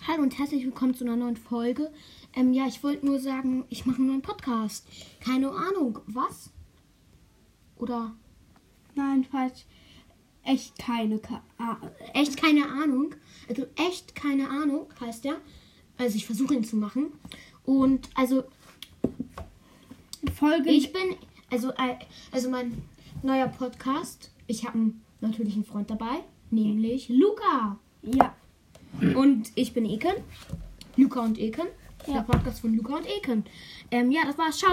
Hallo und herzlich willkommen zu einer neuen Folge. Ich wollte nur sagen, ich mache einen neuen Podcast. Keine Ahnung, was? Oder? Nein, falsch. Echt keine Echt keine Ahnung. Also echt keine Ahnung heißt der. Also ich versuche ihn zu machen. Und also Folge. ich bin, also mein neuer Podcast. Ich habe natürlich einen Freund dabei, nämlich Luca. Ja. Und ich bin Eken. Luca und Eken. Ja. Der Podcast von Luca und Eken. Das war's. Ciao.